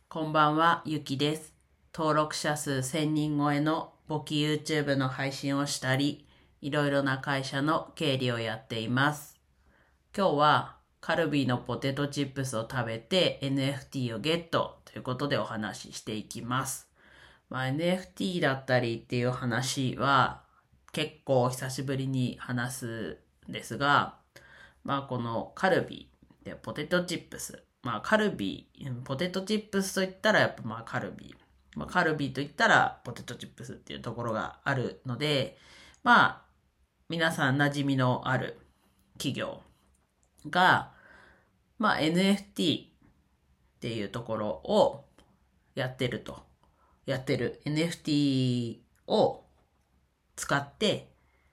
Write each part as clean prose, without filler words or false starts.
こんばんは、ゆきです。登録者数1000人超えの簿記 YouTube の配信をしたり、いろいろな会社の経理をやっています。今日はカルビーのポテトチップスを食べて NFT をゲットということでお話ししていきます。NFT だったりっていう話は結構久しぶりに話すんですが、このカルビーでポテトチップス、カルビー、ポテトチップスと言ったらやっぱカルビー。カルビーと言ったらポテトチップスっていうところがあるので、皆さん馴染みのある企業が、NFT っていうところをやってる。NFT を使って、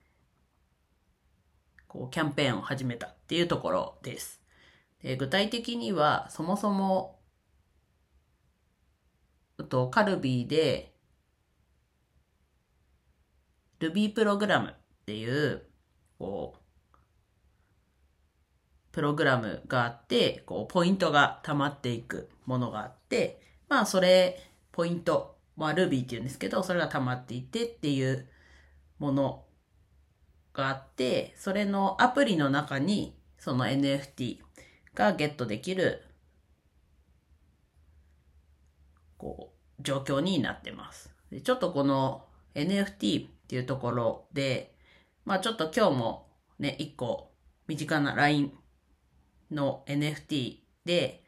キャンペーンを始めたっていうところです。具体的には、そもそも、カルビーで、Ruby プログラムっていう、プログラムがあって、ポイントが溜まっていくものがあって、ポイント、Ruby っていうんですけど、それが溜まっていってっていうものがあって、それのアプリの中に、その NFT がゲットできる、状況になってます。でちょっとこの NFT っていうところで、ちょっと今日もね、一個身近な LINE の NFT で、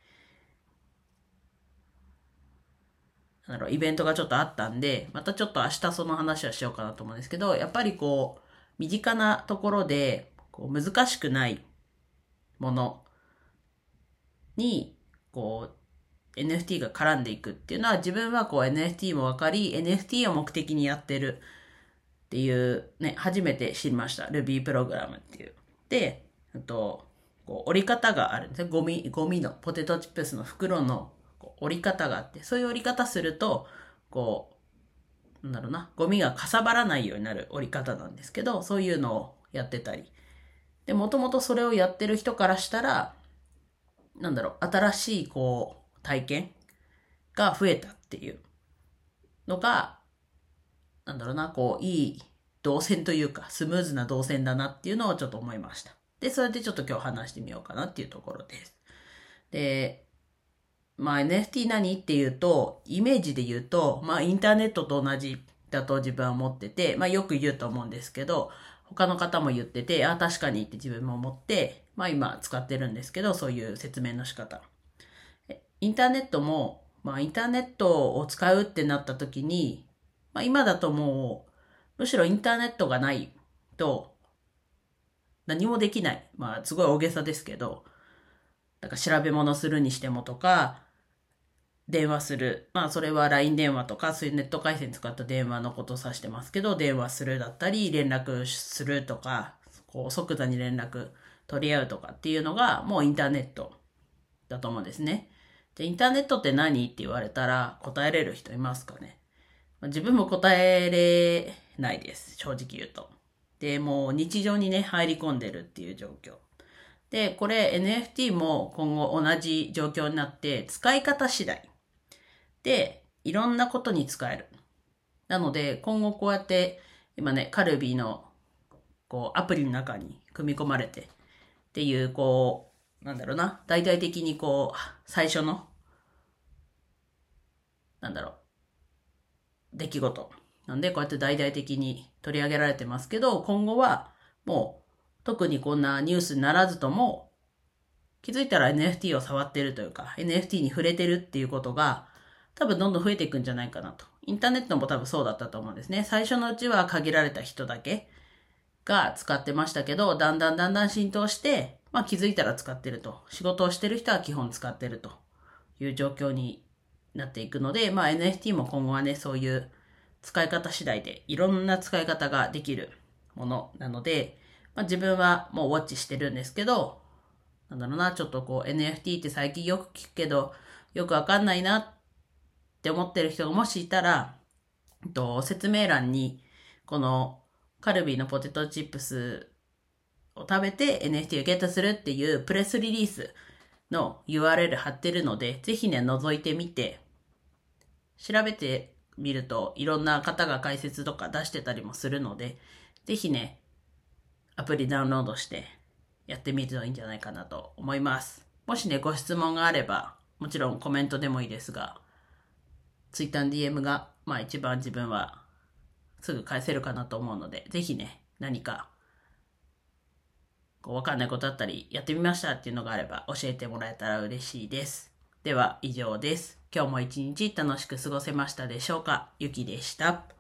イベントがちょっとあったんで、またちょっと明日その話はしようかなと思うんですけど、やっぱり身近なところで、難しくないものに、NFT が絡んでいくっていうのは、自分はNFT もわかり、NFT を目的にやってるっていうね、初めて知りました。Ruby プログラムっていう。で、折り方があるんですね。ゴミのポテトチップスの袋の折り方があって、そういう折り方すると、ゴミがかさばらないようになる折り方なんですけど、そういうのをやってたり。で、もともとそれをやってる人からしたら、新しい体験が増えたっていうのが、いい動線というか、スムーズな動線だなっていうのをちょっと思いました。で、それでちょっと今日話してみようかなっていうところです。で、NFT 何っていうと、イメージで言うと、インターネットと同じだと自分は思ってて、よく言うと思うんですけど、他の方も言ってて、確かにって自分も思って、今使ってるんですけど、そういう説明の仕方。インターネットも、インターネットを使うってなった時に、今だともう、むしろインターネットがないと、何もできない。すごい大げさですけど、調べ物するにしてもとか、電話する。それは LINE 電話とか、そういうネット回線使った電話のことを指してますけど、電話するだったり、連絡するとか、即座に連絡取り合うとかっていうのが、もうインターネットだと思うんですね。で、インターネットって何って言われたら答えれる人いますかね。自分も答えれないです。正直言うと。で、もう日常にね、入り込んでるっていう状況。で、これ NFT も今後同じ状況になって使い方次第でいろんなことに使える。なので今後こうやって今ね、カルビーのアプリの中に組み込まれてっていう大々的に最初の出来事。なんでこうやって大々的に取り上げられてますけど、今後はもう特にこんなニュースにならずとも、気づいたら NFT を触ってるというか、NFT に触れてるっていうことが、多分どんどん増えていくんじゃないかなと。インターネットも多分そうだったと思うんですね。最初のうちは限られた人だけが使ってましたけど、だんだん浸透して、気づいたら使ってると。仕事をしてる人は基本使ってるという状況になっていくので、NFT も今後はね、そういう使い方次第でいろんな使い方ができるものなので、自分はもうウォッチしてるんですけど、ちょっとNFT って最近よく聞くけど、よくわかんないなって思ってる人がもしいたら、説明欄に、このカルビーのポテトチップスを食べて NFT をゲットするっていうプレスリリースの URL 貼ってるので、ぜひね、覗いてみて調べてみるといろんな方が解説とか出してたりもするので、ぜひね、アプリダウンロードしてやってみるといいんじゃないかなと思います。もしね、ご質問があれば、もちろんコメントでもいいですが、Twitter の DM が、一番自分はすぐ返せるかなと思うので、ぜひね、何かわかんないことだったり、やってみましたっていうのがあれば教えてもらえたら嬉しいです。では以上です。今日も一日楽しく過ごせましたでしょうか？ゆきでした。